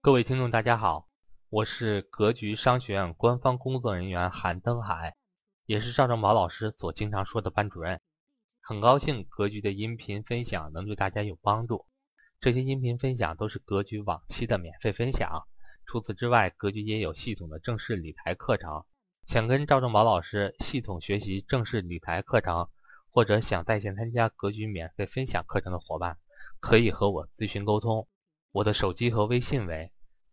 各位听众大家好，我是格局商学院官方工作人员韩登海，也是赵正宝老师所经常说的班主任。很高兴格局的音频分享能对大家有帮助。这些音频分享都是格局往期的免费分享，除此之外，格局也有系统的正式理财课程。想跟赵正宝老师系统学习正式理财课程，或者想在线参加格局免费分享课程的伙伴，可以和我咨询沟通。我的手机和微信为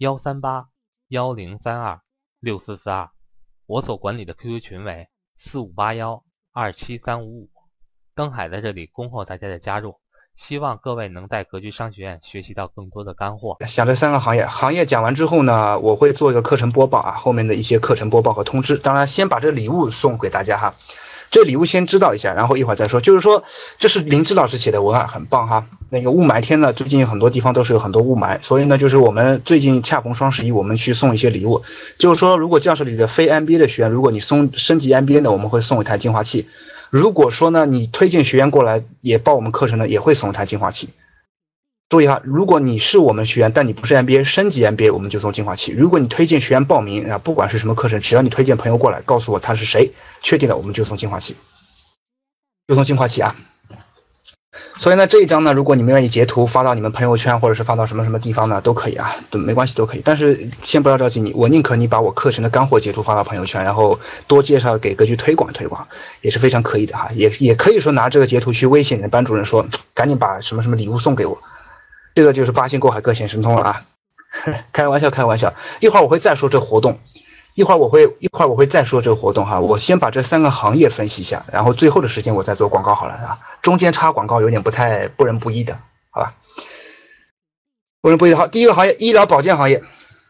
13810326442，我所管理的 QQ 群为4581-27355。登海在这里恭候大家的加入，希望各位能在格局商学院学习到更多的干货。 想这三个行业讲完之后呢，我会做一个课程播报啊，后面的一些课程播报和通知。当然，先把这礼物送给大家哈。这礼物先知道一下，然后一会儿再说。就是说，这是林芝老师写的文案，很棒哈。那个雾霾天呢，最近很多地方都是有很多雾霾，所以呢，就是我们最近恰逢双11，我们去送一些礼物。就是说，如果教室里的非 MBA 的学员，如果你升级 MBA 呢，我们会送一台净化器。如果说呢，你推荐学员过来也报我们课程呢，也会送一台净化器。注意哈，如果你是我们学员，但你不是 MBA， 升级 MBA 我们就送净化器。如果你推荐学员报名啊，不管是什么课程，只要你推荐朋友过来，告诉我他是谁，确定了我们就送净化器，啊。所以呢，这一张呢，如果你们愿意截图发到你们朋友圈，或者是发到什么地方呢，都可以啊，都没关系，都可以。但是先不要着急，我宁可你把我课程的干货截图发到朋友圈，然后多介绍给格局推广，也是非常可以的哈。也可以说拿这个截图去威胁你的班主任说，赶紧把什么礼物送给我。这个就是八仙过海各显神通了啊！开玩笑。一会儿我会再说这活动，一会儿我会再说这个活动哈。我先把这三个行业分析一下，然后最后的时间我再做广告好了啊。中间插广告有点不仁不义的，好吧？不仁不义的。好，第一个行业，医疗保健行业。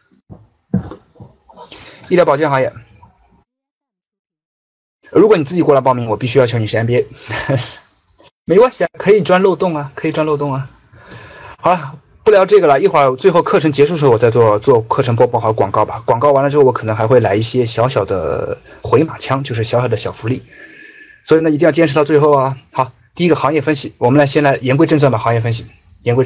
如果你自己过来报名，我必须要求你是 MBA， 没关系啊，可以钻漏洞啊。好了，不聊这个了，一会儿最后课程结束的时候我再做课程播报和广告吧。广告完了之后，我可能还会来一些小小的回马枪，就是小小的小福利，所以呢一定要坚持到最后啊。好，第一个行业分析，我们先来言归正传吧。行业分析，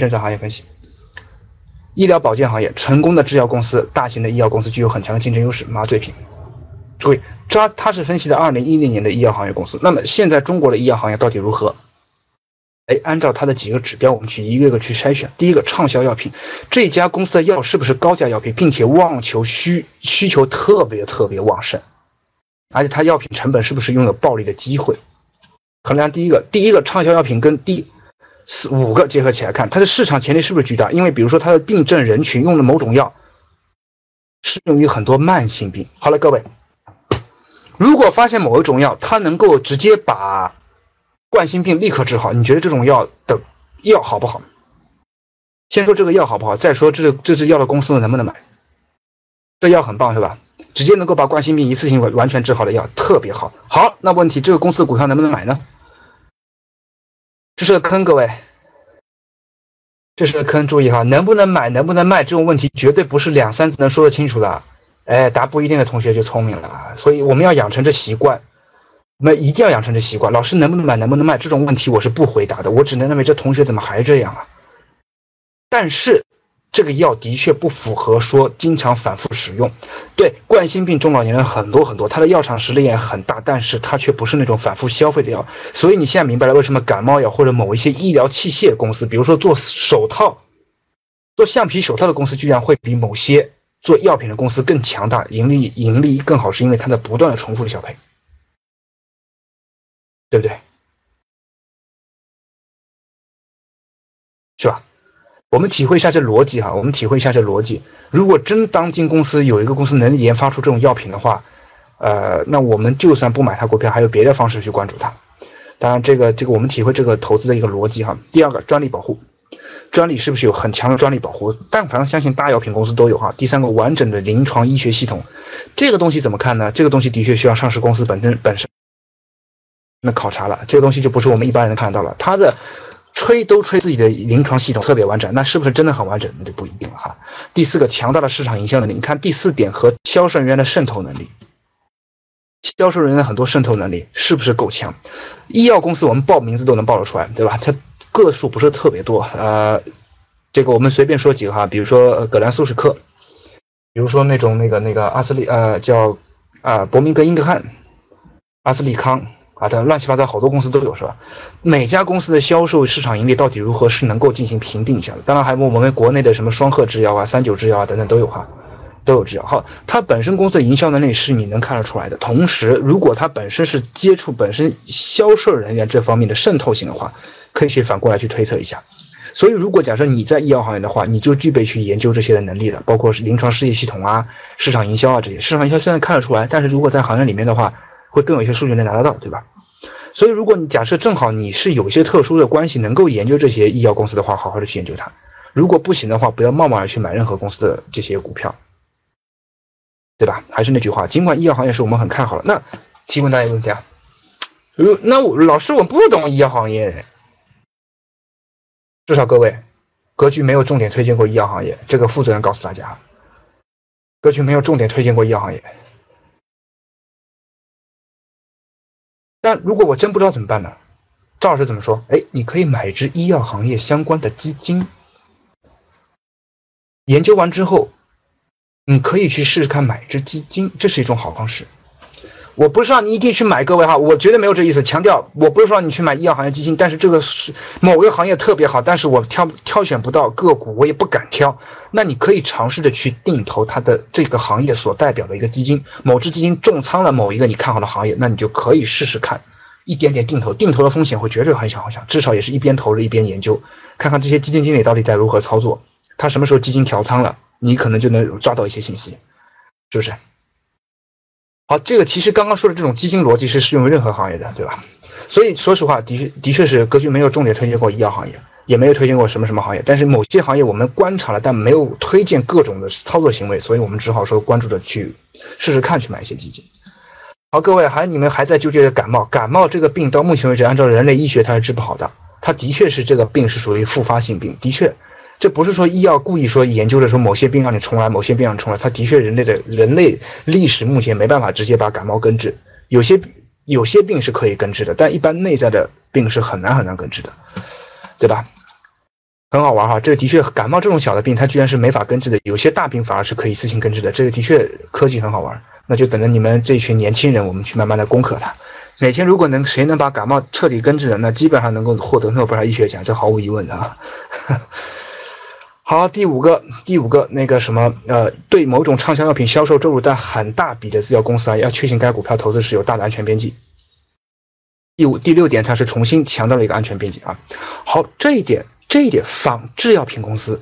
医疗保健行业，成功的制药公司、大型的医药公司具有很强的竞争优势，麻醉品。注意，它是分析的2010年的医药行业公司。那么现在中国的医药行业到底如何？按照它的几个指标，我们去一个个去筛选。第一个，畅销药品，这家公司的药是不是高价药品，并且需求特别旺盛，而且它药品成本是不是拥有暴利的机会？衡量第一个畅销药品跟第5个结合起来看，它的市场潜力是不是巨大？因为比如说它的病症人群用的某种药适用于很多慢性病。好了，各位，如果发现某一种药它能够直接把冠心病立刻治好，你觉得这种药好不好？先说这个药好不好，再说这支药的公司能不能买。这药很棒是吧？直接能够把冠心病一次性完全治好的药特别好。好，那问题这个公司的股票能不能买呢？这是个坑，各位，这是个坑，注意哈，能不能买能不能卖这种问题绝对不是2、3字能说得清楚的。答不一定的同学就聪明了，所以我们要养成这习惯。我们一定要养成这习惯，老师能不能买能不能卖这种问题我是不回答的，我只能认为这同学怎么还这样啊？但是这个药的确不符合说经常反复使用。对，冠心病中老年人很多，它的药厂实力也很大，但是它却不是那种反复消费的药。所以你现在明白了为什么感冒药或者某一些医疗器械公司，比如说做手套、做橡皮手套的公司，居然会比某些做药品的公司更强大，盈利更好，是因为它的不断的重复的消费。对不对？是吧？我们体会一下这逻辑哈，如果真当今公司有一个公司能研发出这种药品的话，那我们就算不买它股票，还有别的方式去关注它。当然，这个我们体会这个投资的一个逻辑哈。第二个，专利保护，专利是不是有很强的专利保护？但凡相信大药品公司都有哈。第三个，完整的临床医学系统，这个东西怎么看呢？这个东西的确需要上市公司本身那考察了，这个东西就不是我们一般人看到了。他的都吹自己的临床系统特别完整，那是不是真的很完整？那就不一定了哈。第4个，强大的市场营销能力。你看第4点和销售人员的渗透能力，销售人员的很多渗透能力是不是够强？医药公司我们报名字都能报得出来，对吧？它个数不是特别多，这个我们随便说几个哈，比如说葛兰素史克， 比如说那种那个阿斯利叫伯明格英格汉、阿斯利康等乱七八糟好多公司都有是吧？每家公司的销售市场盈利到底如何是能够进行评定一下的。当然还有我们国内的什么双鹤制药39制药等等都有都有制药。好，它本身公司的营销能力是你能看得出来的。同时，如果它本身是接触本身销售人员这方面的渗透性的话，可以去反过来去推测一下。所以，如果假设你在医药行业的话，你就具备去研究这些的能力了，包括是临床试验系统市场营销这些。市场营销虽然看得出来，但是如果在行业里面的话，会更有一些数据能拿得到，对吧？所以，如果你假设正好你是有一些特殊的关系能够研究这些医药公司的话，好好的去研究它。如果不行的话，不要贸贸然去买任何公司的这些股票，对吧？还是那句话，尽管医药行业是我们很看好的，那提问大家一个问题那老师我不懂医药行业，至少各位，格局没有重点推荐过医药行业，这个负责任告诉大家，格局没有重点推荐过医药行业。但如果我真不知道怎么办呢？赵老师怎么说？你可以买一只医药行业相关的基金，研究完之后，你可以去试试看买一只基金，这是一种好方式。我不是让你一定去买，各位我绝对没有这意思。强调，我不是说让你去买医药行业基金，但是这个是某个行业特别好，但是我挑选不到个股，我也不敢挑。那你可以尝试着去定投它的这个行业所代表的一个基金，某只基金重仓了某一个你看好的行业，那你就可以试试看，一点点定投的风险会绝对很小很小，至少也是一边投着一边研究，看看这些基金经理到底在如何操作，他什么时候基金调仓了，你可能就能抓到一些信息，是不是？好，这个其实刚刚说的这种基金逻辑是适用于任何行业的，对吧？所以说实话，的确是格局没有重点推荐过医药行业，也没有推荐过什么行业，但是某些行业我们观察了，但没有推荐各种的操作行为，所以我们只好说关注的去试试看，去买一些基金。好，各位你们还在纠结感冒这个病到目前为止按照人类医学它是治不好的，它的确是这个病是属于复发性病，的确这不是说医药故意说研究的时候某些病让你重来，某些病让你重来，它的确人类历史目前没办法直接把感冒根治，有些病是可以根治的，但一般内在的病是很难根治的，对吧？很好玩这个的确感冒这种小的病它居然是没法根治的，有些大病反而是可以自行根治的，这个的确科技很好玩。那就等着你们这群年轻人，我们去慢慢的攻克它。哪天如果谁能把感冒彻底根治了，那基本上能够获得诺贝尔医学奖，这毫无疑问的好，第五个那个什么对某种畅销药品销售收入占很大比的制药公司要确信该股票投资时有大的安全边际。第六点，它是重新强调了一个安全边际好，这一点仿制药品公司，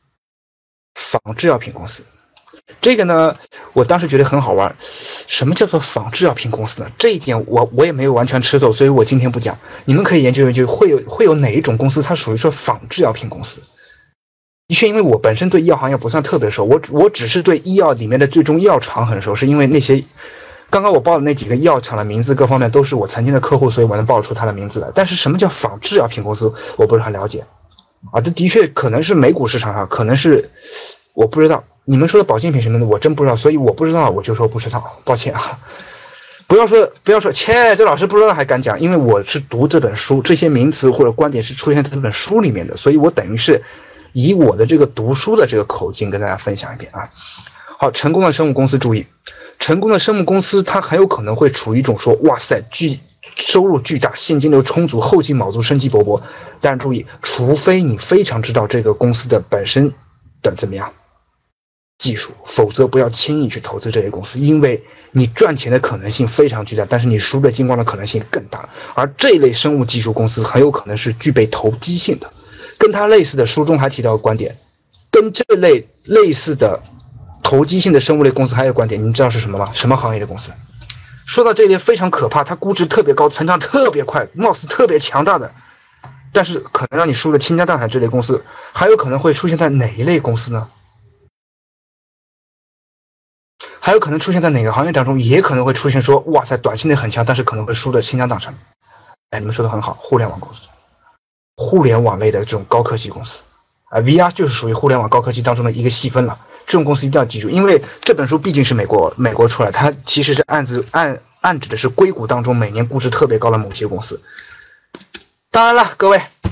这个呢，我当时觉得很好玩。什么叫做仿制药品公司呢？这一点我也没有完全吃透，所以我今天不讲。你们可以研究研究，会有哪一种公司它属于说仿制药品公司？的确，因为我本身对医药行业不算特别熟，我只是对医药里面的最终药厂很熟，是因为那些刚刚我报的那几个药厂的名字各方面都是我曾经的客户，所以我能报出他的名字来。但是什么叫仿制药品公司，我不是很了解这的确可能是美股市场上，可能是我不知道。你们说的保健品什么的我真不知道，所以我不知道我就说不知道，抱歉不要说这老师不知道还敢讲，因为我是读这本书，这些名词或者观点是出现在这本书里面的，所以我等于是以我的这个读书的这个口径跟大家分享一遍好，成功的生物公司，注意，成功的生物公司它很有可能会处于一种说哇塞收入巨大，现金流充足，后继卯足，生机勃勃。但是注意，除非你非常知道这个公司的本身的怎么样技术，否则不要轻易去投资这些公司，因为你赚钱的可能性非常巨大，但是你输的精光的可能性更大。而这一类生物技术公司很有可能是具备投机性的。跟它类似的书中还提到个观点，跟这类似的投机性的生物类公司还有观点，你们知道是什么吗？什么行业的公司？说到这一类非常可怕，它估值特别高，成长特别快，貌似特别强大的，但是可能让你输的倾家荡产这类公司，还有可能会出现在哪一类公司呢？还有可能出现在哪个行业当中？也可能会出现说，哇塞，短期内很强，但是可能会输的倾家荡产。你们说的很好，互联网公司，互联网类的这种高科技公司VR 就是属于互联网高科技当中的一个细分了。这种公司一定要记住，因为这本书毕竟是美国出来，它其实是暗指的是硅谷当中每年估值特别高的某些公司。当然了，各位，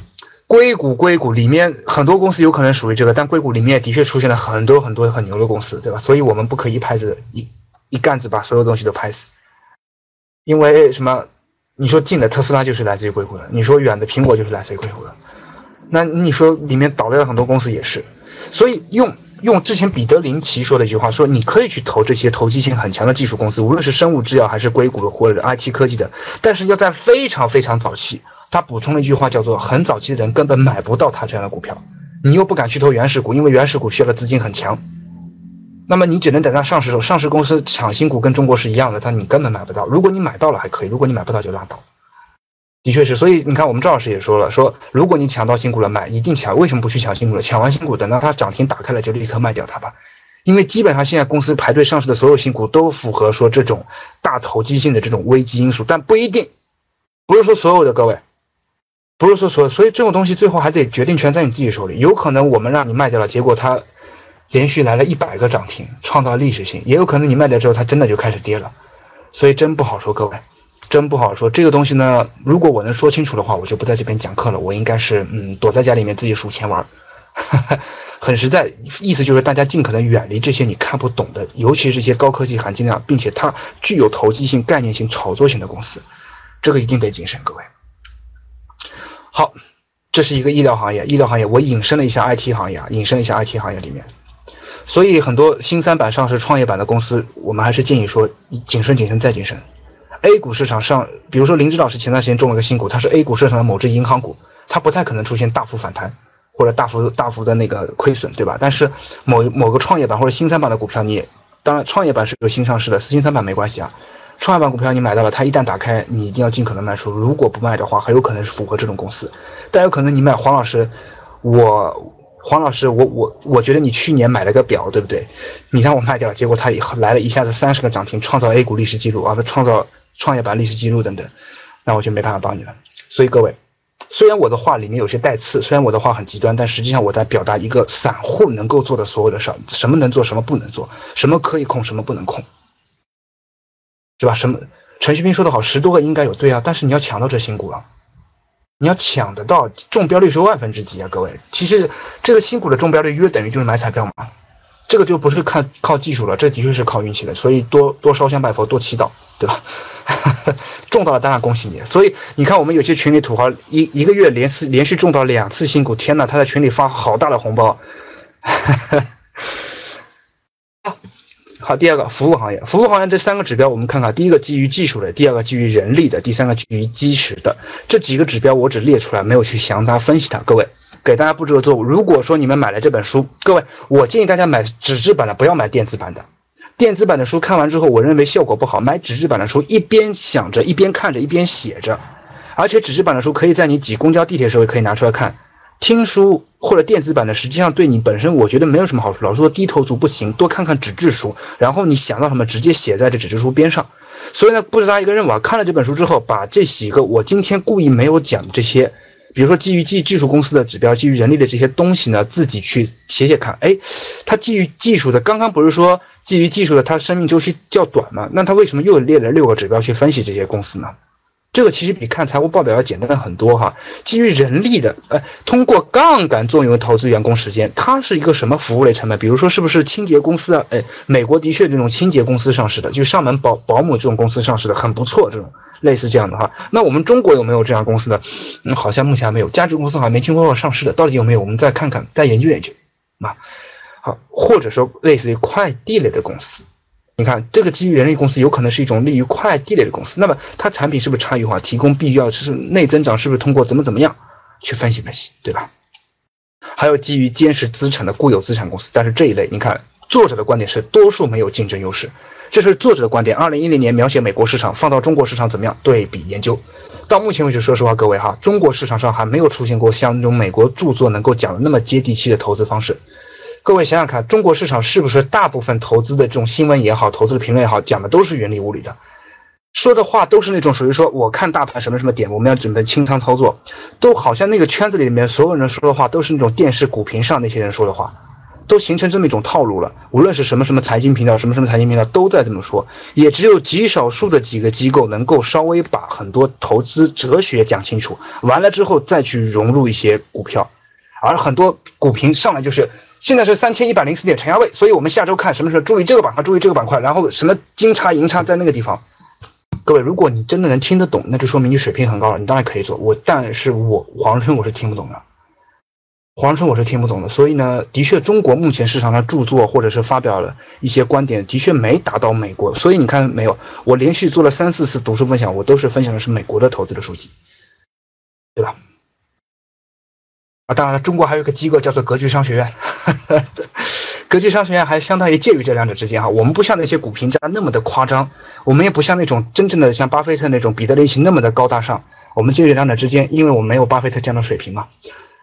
硅谷里面很多公司有可能属于这个，但硅谷里面的确出现了很多很牛的公司，对吧？所以我们不可以一拍子一竿子把所有东西都拍死，因为什么？你说近的特斯拉就是来自于硅谷的，你说远的苹果就是来自于硅谷的，那你说里面倒了很多公司也是，所以用之前彼得林奇说的一句话说，你可以去投这些投机性很强的技术公司，无论是生物制药还是硅谷的或者 IT 科技的，但是要在非常早期。他补充了一句话叫做很早期的人根本买不到他这样的股票，你又不敢去投原始股，因为原始股需要的资金很强，那么你只能等到上市时候，上市公司抢新股跟中国是一样的，但你根本买不到，如果你买到了还可以，如果你买不到就拉倒。的确是，所以你看我们赵老师也说了，说如果你抢到新股了买，一定抢，为什么不去抢新股了？抢完新股等到它涨停打开了就立刻卖掉它吧，因为基本上现在公司排队上市的所有新股都符合说这种大投机性的这种危机因素，但不一定，不是说所有的，各位不是说所有，所以这种东西最后还得决定权在你自己手里，有可能我们让你卖掉了，结果它连续来了100个涨停，创造历史性，也有可能你卖掉之后它真的就开始跌了，所以真不好说，各位真不好说。这个东西呢，如果我能说清楚的话，我就不在这边讲课了，我应该是躲在家里面自己数钱玩很实在，意思就是大家尽可能远离这些你看不懂的，尤其是这些高科技含金量并且它具有投机性概念性炒作型的公司，这个一定得谨慎，各位。好，这是一个医疗行业，我引申了一下 IT 行业里面，所以很多新三板上市创业板的公司，我们还是建议说谨慎再谨慎。A 股市场上，比如说林芝老师前段时间中了个新股，它是 A 股市场的某只银行股，它不太可能出现大幅反弹或者大幅的那个亏损，对吧？但是某个创业板或者新三板的股票，你当然创业板是有新上市的，新三板没关系啊。创业板股票你买到了，它一旦打开，你一定要尽可能卖出。如果不卖的话，很有可能是符合这种公司。但有可能你买黄老师，我觉得你去年买了个表，对不对？你让我卖掉了，结果它来了一下子30个涨停，创造 A 股历史记录啊，创造创业板历史记录等等，那我就没办法帮你了。所以各位，虽然我的话里面有些带刺，虽然我的话很极端，但实际上我在表达一个散户能够做的所有的事儿，什么能做，什么不能做，什么可以控，什么不能控。是吧？什么？陈旭斌说的好，10多个应该有，对啊，但是你要抢到这新股啊，你要抢得到，中标率是万分之几啊，各位。其实这个新股的中标率约等于就是买彩票嘛，这个就不是靠技术了，这的确是靠运气的，所以多烧香拜佛，多祈祷，对吧？中到了当然恭喜你。所以你看我们有些群里土豪一个月连续中到2次新股，天哪，他在群里发好大的红包。好，第二个服务行业这3个指标我们看看，第一个基于技术的，第二个基于人力的，第三个基于基石的。这几个指标我只列出来，没有去详加分析它。各位，给大家布置个作物，如果说你们买了这本书，各位，我建议大家买纸质版的，不要买电子版的。电子版的书看完之后，我认为效果不好，买纸质版的书，一边想着，一边看着，一边写着，而且纸质版的书可以在你挤公交地铁的时候可以拿出来看。听书或者电子版的实际上对你本身我觉得没有什么好处，老师说低头族不行，多看看纸质书，然后你想到什么直接写在这纸质书边上。所以呢，布置大家一个任务啊，看了这本书之后，把这几个我今天故意没有讲这些，比如说基于技术公司的指标，基于人力的这些东西呢，自己去写看。哎，它基于技术的，刚刚不是说基于技术的它生命周期较短吗？那它为什么又列了6个指标去分析这些公司呢？这个其实比看财务报表要简单很多哈。基于人力的，通过杠杆作用投资员工时间，它是一个什么服务类成本？比如说是不是清洁公司啊？美国的确这种清洁公司上市的，就上门保姆这种公司上市的很不错，这种类似这样的话。那我们中国有没有这样公司呢？好像目前还没有，价值公司好像没听说过上市的，到底有没有？我们再看看，再研究啊。好，或者说类似于快递类的公司。你看，这个基于人力公司有可能是一种利于快递类的公司，那么它产品是不是差异化，提供必要是内增长，是不是通过怎么样去分析，对吧？还有基于坚实资产的固有资产公司，但是这一类，你看作者的观点是多数没有竞争优势，这是作者的观点。2010年描写美国市场，放到中国市场怎么样对比研究。到目前为止，说实话，各位哈，中国市场上还没有出现过像那种美国著作能够讲的那么接地气的投资方式。各位想想看，中国市场是不是大部分投资的这种新闻也好，投资的评论也好，讲的都是云里雾里的，说的话都是那种属于说我看大盘什么点，我们要准备清仓操作，都好像那个圈子里面所有人说的话都是那种电视股评上那些人说的话， 都形成这么一种套路了。无论是什么什么财经频道，什么什么财经频道都在这么说，也只有极少数的几个机构能够稍微把很多投资哲学讲清楚，完了之后再去融入一些股票。而很多股评上来就是现在是3104点承压位，所以我们下周看什么时候注意这个板块，注意这个板块，然后什么金叉银叉在那个地方。各位，如果你真的能听得懂，那就说明你水平很高了，你当然可以做。但是黄春我是听不懂的，黄春我是听不懂的。所以呢，的确中国目前市场上著作或者是发表了一些观点，的确没达到美国。所以你看没有，我连续做了3、4次读书分享，我都是分享的是美国的投资的书籍，对吧？当然了，中国还有一个机构叫做格局商学院，格局商学院还相当于介于这两者之间哈。我们不像那些股评家那么的夸张，我们也不像那种真正的像巴菲特那种彼得林奇那么的高大上，我们介于两者之间，因为我们没有巴菲特这样的水平嘛。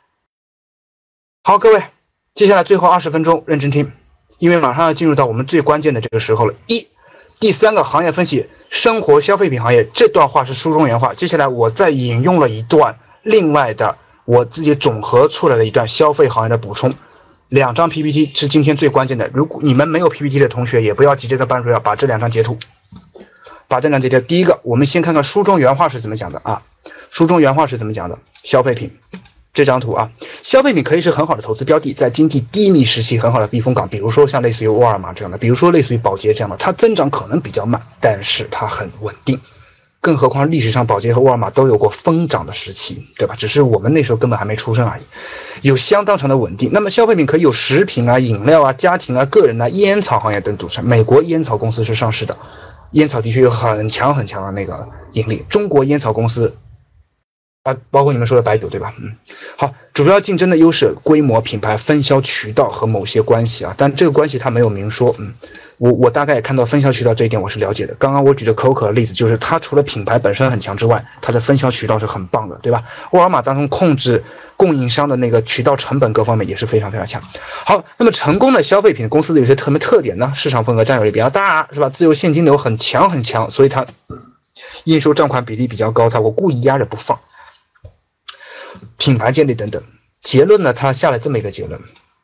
好，各位，接下来最后20分钟认真听，因为马上要进入到我们最关键的这个时候了。第3个行业分析，生活消费品行业，这段话是书中原话。接下来我再引用了一段另外的我自己总合出来的一段消费行业的补充，2张 PPT 是今天最关键的。如果你们没有 PPT 的同学，也不要急着跟班主任把这2张截图，把这2张截图。第一个，我们先看看书中原话是怎么讲的啊？书中原话是怎么讲的？消费品这张图啊，消费品可以是很好的投资标的，在经济低迷时期很好的避风港。比如说像类似于沃尔玛这样的，比如说类似于宝洁这样的，它增长可能比较慢，但是它很稳定。更何况历史上宝洁和沃尔玛都有过疯涨的时期，对吧？只是我们那时候根本还没出生而已，有相当长的稳定。那么消费品可以有食品啊、饮料啊、家庭啊、个人啊、烟草行业等组成。美国烟草公司是上市的，烟草的确有很强很强的那个盈利。中国烟草公司啊，包括你们说的白酒，对吧？好，主要竞争的优势、规模、品牌、分销渠道和某些关系啊，但这个关系它没有明说。我大概也看到分销渠道这一点，我是了解的。刚刚我举的可口可乐例子，就是它除了品牌本身很强之外，它的分销渠道是很棒的，对吧？沃尔玛当中控制供应商的那个渠道成本各方面也是非常非常强。好，那么成功的消费品公司的有些特点呢？市场份额占有率比较大，是吧？自由现金流很强，所以它应收账款比例比较高，我故意压着不放。品牌建立等等，结论呢，他下了这么一个结论。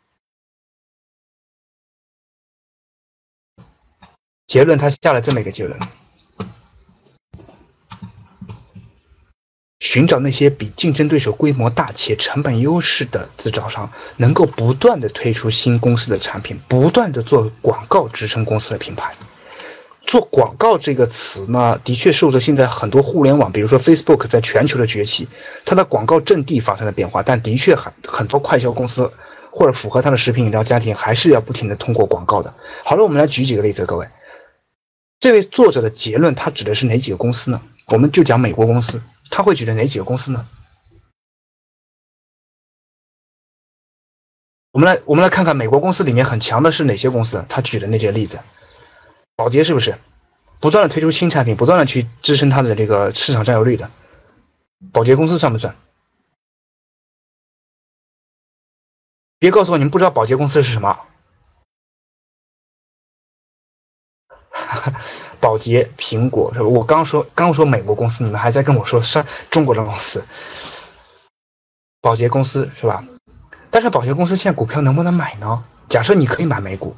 寻找那些比竞争对手规模大且成本优势的制造商，能够不断的推出新公司的产品，不断的做广告支撑公司的品牌。做广告这个词呢，的确受着现在很多互联网，比如说 Facebook 在全球的崛起，它的广告阵地发生了变化，但的确很多快销公司或者符合它的食品饮料家庭还是要不停的通过广告的。好了，我们来举几个例子，各位。这位作者的结论，他指的是哪几个公司呢？我们就讲美国公司，他会举的哪几个公司呢？我们来看看美国公司里面很强的是哪些公司，他举的那些例子。宝洁是不是不断的推出新产品，不断的去支撑它的这个市场占有率的？宝洁公司算不算？别告诉我你们不知道宝洁公司是什么。宝洁、苹果是吧？我刚说美国公司，你们还在跟我说是中国的公司。宝洁公司是吧？但是宝洁公司现在股票能不能买呢？假设你可以买美股，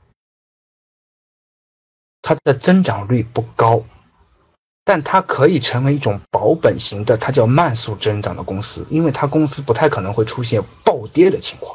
它的增长率不高，但它可以成为一种保本型的，它叫慢速增长的公司，因为它公司不太可能会出现暴跌的情况。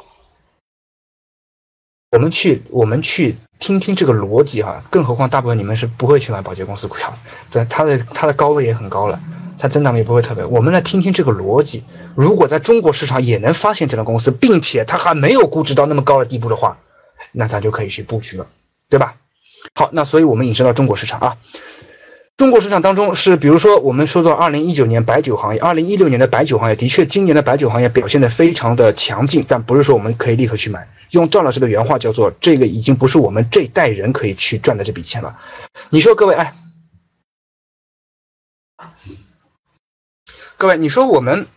我们去听听这个逻辑哈，更何况大部分你们是不会去买宝洁公司股票，对，它的高位也很高了，它增长率也不会特别。我们来听听这个逻辑，如果在中国市场也能发现这样的公司，并且它还没有估值到那么高的地步的话，那咱就可以去布局了，对吧？好，那所以我们引申到中国市场啊。中国市场当中是，比如说我们说到2019年白酒行业，2016年的白酒行业的确，今年的白酒行业表现得非常的强劲，但不是说我们可以立刻去买。用赵老师的原话叫做，这个已经不是我们这一代人可以去赚的这笔钱了。你说各位，各位，你说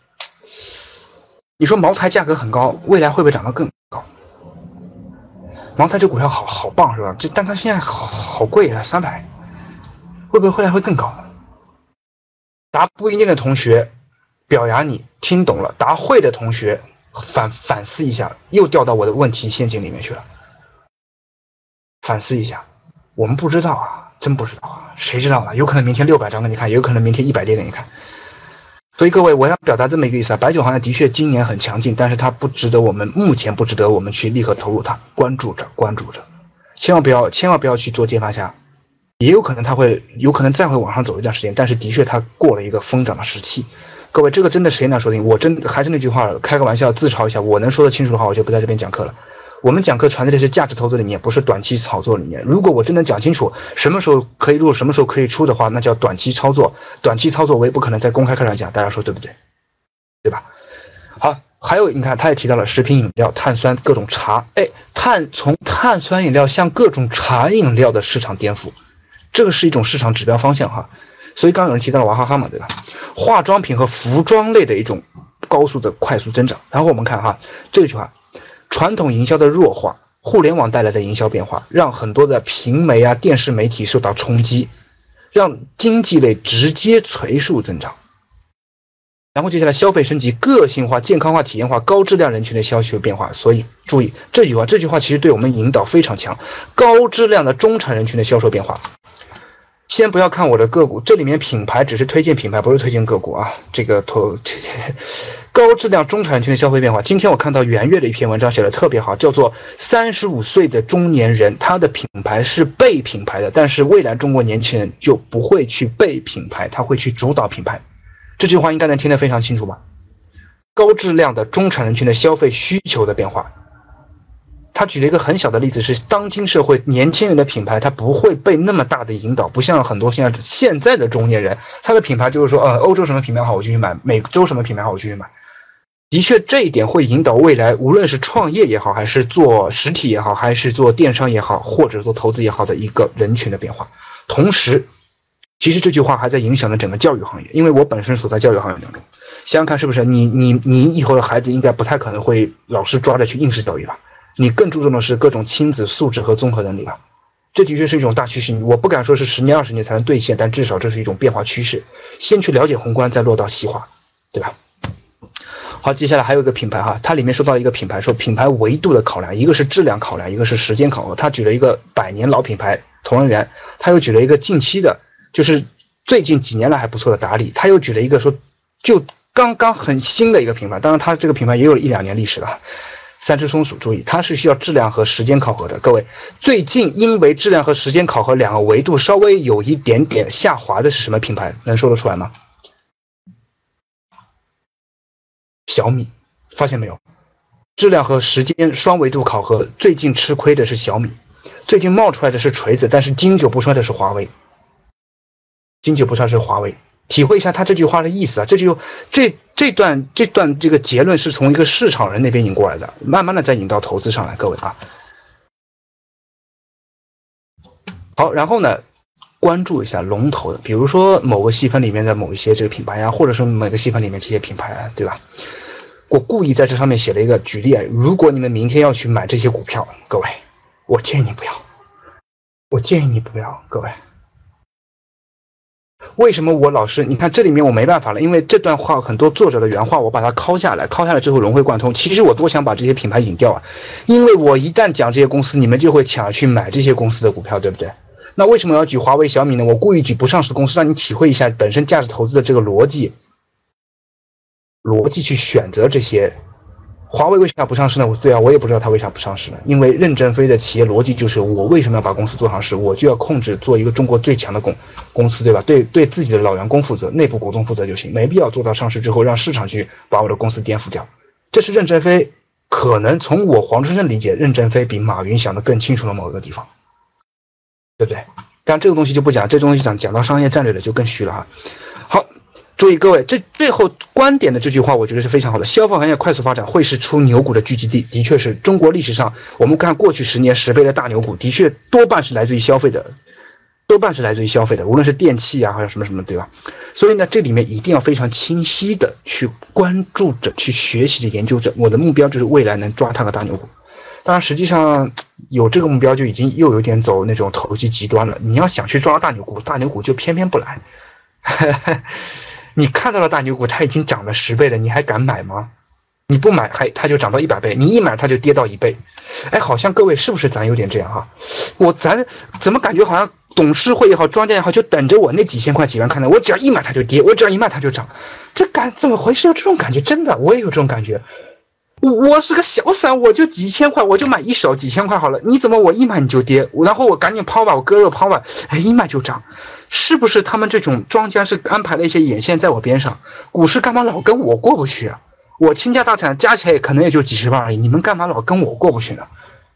茅台价格很高，未来会不会涨得更高？茅台这股票好棒是吧？但它现在好贵啊，300。会不会后来会更高？答不一定的同学表扬你听懂了，答会的同学反思一下，又掉到我的问题陷阱里面去了。反思一下，我们不知道啊，真不知道啊，谁知道呢？有可能明天600张给你看，有可能明天100跌给你看。所以各位，我要表达这么一个意思啊，白酒行业的确今年很强劲，但是它目前不值得我们去立刻投入它，关注着，千万不要去做接盘侠，也有可能有可能再会往上走一段时间，但是的确它过了一个疯涨的时期。各位，这个真的谁能说定？还是那句话，开个玩笑，自嘲一下，我能说得清楚的话，我就不在这边讲课了。我们讲课传递的是价值投资理念，不是短期炒作理念。如果我真能讲清楚什么时候可以入，什么时候可以出的话，那叫短期操作。短期操作我也不可能在公开课上讲，大家说对不对？对吧？好，还有你看，他也提到了食品饮料、碳酸、各种茶，从碳酸饮料向各种茶饮料的市场颠覆，这个是一种市场指标方向哈。所以刚有人提到了娃哈哈嘛，对吧？化妆品和服装类的一种高速的快速增长。然后我们看哈这句话。传统营销的弱化，互联网带来的营销变化，让很多的平媒啊、电视媒体受到冲击，让经济类直接垂速增长。然后接下来消费升级、个性化、健康化、体验化、高质量人群的需求变化。所以注意这句话其实对我们引导非常强。高质量的中产人群的销售变化。先不要看我的个股，这里面品牌只是推荐品牌，不是推荐个股啊。高质量中产人群的消费变化。今天我看到元月的一篇文章写的特别好，叫做35岁的中年人，他的品牌是被品牌的，但是未来中国年轻人就不会去被品牌，他会去主导品牌。这句话应该能听得非常清楚吧？高质量的中产人群的消费需求的变化。他举了一个很小的例子，是当今社会年轻人的品牌，他不会被那么大的引导，不像很多现在的中年人，他的品牌就是说，欧洲什么品牌好我就去买，美洲什么品牌好我就去买。的确，这一点会引导未来无论是创业也好，还是做实体也好，还是做电商也好，或者做投资也好的一个人群的变化。同时，其实这句话还在影响着整个教育行业，因为我本身所在教育行业当中，想想看是不是你以后的孩子应该不太可能会老师抓着去应试教育了。你更注重的是各种亲子素质和综合能力吧，这的确是一种大趋势。我不敢说是10年20年才能兑现，但至少这是一种变化趋势。先去了解宏观，再落到细化，对吧？好，接下来还有一个品牌哈，它里面说到一个品牌，说品牌维度的考量，一个是质量考量，一个是时间考核。他举了一个100年老品牌同仁园，他又举了一个近期的，就是最近几年来还不错的达利，他又举了一个说就刚刚很新的一个品牌，当然他这个品牌也有1-2年历史了。三只松鼠，注意，它是需要质量和时间考核的。各位，最近因为质量和时间考核两个维度稍微有一点点下滑的是什么品牌？能说得出来吗？小米，发现没有？质量和时间双维度考核，最近吃亏的是小米，最近冒出来的是锤子，但是经久不衰的是华为。体会一下他这句话的意思啊，这段这个结论是从一个市场人那边引过来的，慢慢的再引到投资上来，各位啊。好，然后呢，关注一下龙头的，比如说某个细分里面的某一些这个品牌啊，或者说每个细分里面这些品牌啊，对吧？我故意在这上面写了一个举例啊，如果你们明天要去买这些股票，各位，我建议你不要，各位。为什么我老是你看这里面我没办法了，因为这段话很多作者的原话我把它拷下来之后融会贯通。其实我多想把这些品牌引掉啊，因为我一旦讲这些公司，你们就会抢去买这些公司的股票，对不对？那为什么要举华为、小米呢？我故意举不上市公司，让你体会一下本身价值投资的这个逻辑去选择这些。华为为啥不上市呢？对啊，我也不知道它为啥不上市呢。因为任正非的企业逻辑就是，我为什么要把公司做上市？我就要控制做一个中国最强的公司，对吧？对自己的老员工负责，内部股东负责就行，没必要做到上市之后让市场去把我的公司颠覆掉。这是任正非可能从我黄春生理解，任正非比马云想的更清楚了某个地方，对不对？但这个东西就不讲，这东西讲到商业战略了就更虚了哈。好。注意各位，这最后观点的这句话，我觉得是非常好的。消费行业快速发展会是出牛股的聚集地，的确是中国历史上，我们看过去10年10倍的大牛股，的确多半是来自于消费的，无论是电器啊，还是什么什么，对吧？所以呢，这里面一定要非常清晰的去关注着、去学习着、研究着。我的目标就是未来能抓它个大牛股。当然，实际上有这个目标就已经又有点走那种投机极端了。你要想去抓大牛股就偏偏不来。你看到了大牛股，它已经涨了10倍了，你还敢买吗？ 你不买它就涨到100倍，你一买它就跌到1倍。哎，好像各位是不是咱有点这样哈？咱怎么感觉好像董事会也好，庄家也好，就等着我那几千块几万看的，我只要一买它就跌，我只要一卖它就涨，怎么回事？有这种感觉，真的我也有这种感觉。我是个小散，我就几千块，我就买一手几千块好了。你怎么我一买你就跌，然后我赶紧抛吧，我割肉抛吧，哎，一买就涨，是不是他们这种庄家是安排了一些眼线在我边上？股市干嘛老跟我过不去啊？我倾家荡产加起来也可能也就几十万而已，你们干嘛老跟我过不去呢？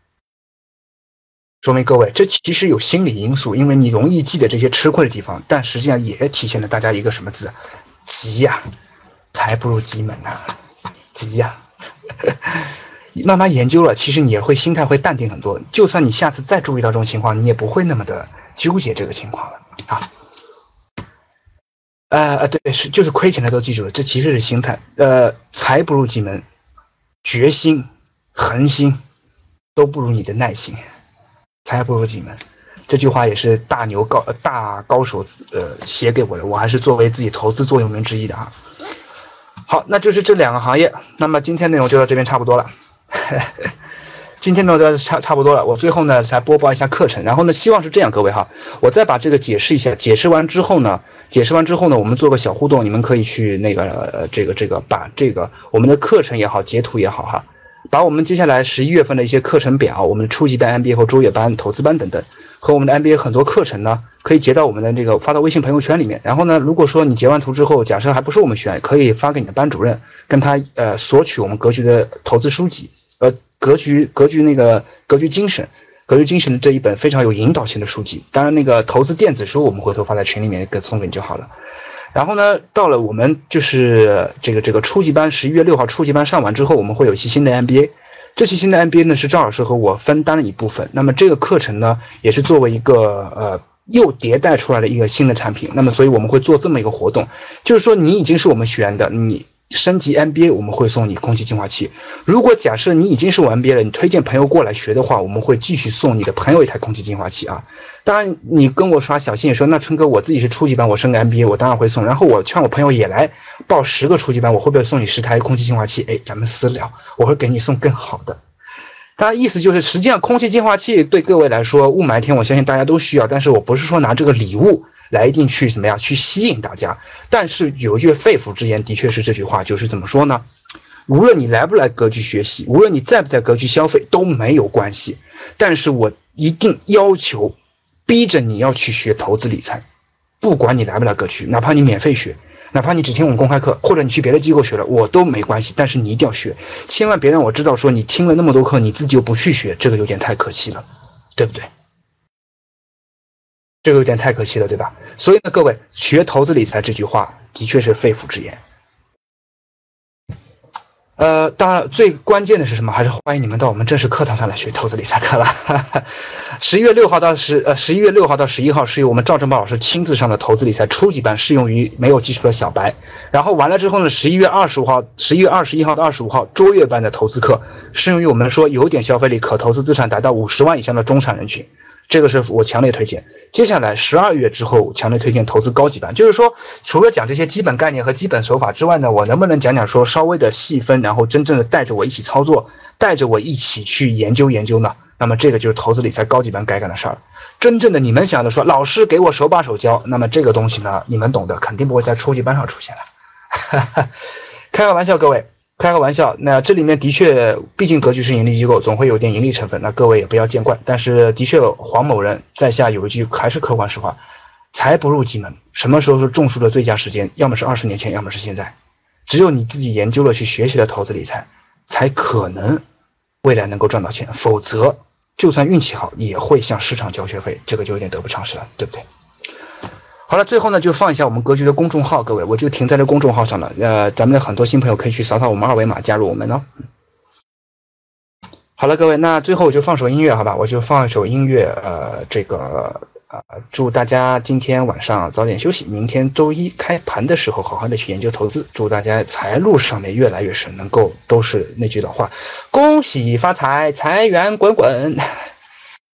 说明各位这其实有心理因素，因为你容易记得这些吃亏的地方，但实际上也体现了大家一个什么字？急呀，财不入急门呐，急呀。慢慢研究了，其实你也会心态会淡定很多，就算你下次再注意到这种情况，你也不会那么的纠结这个情况了啊。对，就是亏钱的都记住了，这其实是心态。财不入急门，决心、恒心都不如你的耐心。财不入急门，这句话也是大高手写给我的，我还是作为自己投资座右铭之一的啊。好，那就是这2个行业。那么今天内容就到这边差不多了。今天内容就差不多了。我最后呢才播报一下课程，然后呢希望是这样，各位哈，我再把这个解释一下。解释完之后呢，我们做个小互动，你们可以去那个把这个我们的课程也好，截图也好哈，把我们接下来11月份的一些课程表，我们的初级班、MBA 和卓越班、投资班等等，和我们的 MBA 很多课程呢，可以截到我们的这个发到微信朋友圈里面。然后呢，如果说你截完图之后，假设还不是我们学员，可以发给你的班主任，跟他索取我们格局的投资书籍，格局精神的这一本非常有引导性的书籍。当然那个投资电子书我们回头发在群里面送给你就好了。然后呢，到了我们就是这个初级班11月6号初级班上完之后，我们会有一期新的 MBA。这期新的 MBA 呢是赵老师和我分担了一部分。那么这个课程呢也是作为一个又迭代出来的一个新的产品。那么所以我们会做这么一个活动，就是说你已经是我们学员的，你升级 MBA 我们会送你空气净化器。如果假设你已经是我 MBA 了，你推荐朋友过来学的话，我们会继续送你的朋友一台空气净化器啊。当然你跟我耍小心也说，那春哥我自己是初级班，我升个 MBA 我当然会送，然后我劝我朋友也来报10个初级班，我会不会送你10台空气净化器？哎，咱们私聊，我会给你送更好的。当然意思就是实际上空气净化器对各位来说雾霾天我相信大家都需要，但是我不是说拿这个礼物来一定去怎么样去吸引大家。但是有一句肺腑之言的确是这句话，就是怎么说呢，无论你来不来格局学习，无论你在不在格局消费都没有关系，但是我一定要求逼着你要去学投资理财，不管你来不来格局，哪怕你免费学，哪怕你只听我们公开课，或者你去别的机构学了，我都没关系，但是你一定要学，千万别让我知道说你听了那么多课你自己又不去学，这个有点太可惜了，对不对？这个有点太可惜了，对吧？所以呢，各位，学投资理财这句话的确是肺腑之言。当然最关键的是什么？还是欢迎你们到我们正式课堂上来学投资理财课了。11月6号到11号是由我们赵正宝老师亲自上的投资理财初级班，适用于没有基础的小白。然后完了之后呢，11月21号到25号卓越班的投资课，适用于我们说有点消费力，可投资资产达到50万以上的中产人群。这个是我强烈推荐。接下来12月之后强烈推荐投资高级班，就是说除了讲这些基本概念和基本手法之外呢，我能不能讲说稍微的细分，然后真正的带着我一起操作，带着我一起去研究呢？那么这个就是投资理财高级班该干的事儿。真正的你们想的说老师给我手把手教，那么这个东西呢你们懂的，肯定不会在初级班上出现了。开个玩笑，各位，开个玩笑。那这里面的确毕竟格局是盈利机构，总会有点盈利成分，那各位也不要见怪。但是的确黄某人在下有一句还是客观实话，财不入急门，什么时候是种树的最佳时间？要么是20年前，要么是现在。只有你自己研究了去学习了投资理财，才可能未来能够赚到钱，否则就算运气好也会向市场交学费，这个就有点得不偿失了，对不对？好了，最后呢就放一下我们格局的公众号，各位，我就停在这公众号上了。咱们的很多新朋友可以去扫扫我们2维码加入我们哦。好了，各位，那最后我就放首音乐，好吧？我就放一首音乐，祝大家今天晚上早点休息，明天周一开盘的时候好好的去研究投资。祝大家财路上面越来越顺，能够都是那句老话，恭喜发财，财源滚滚。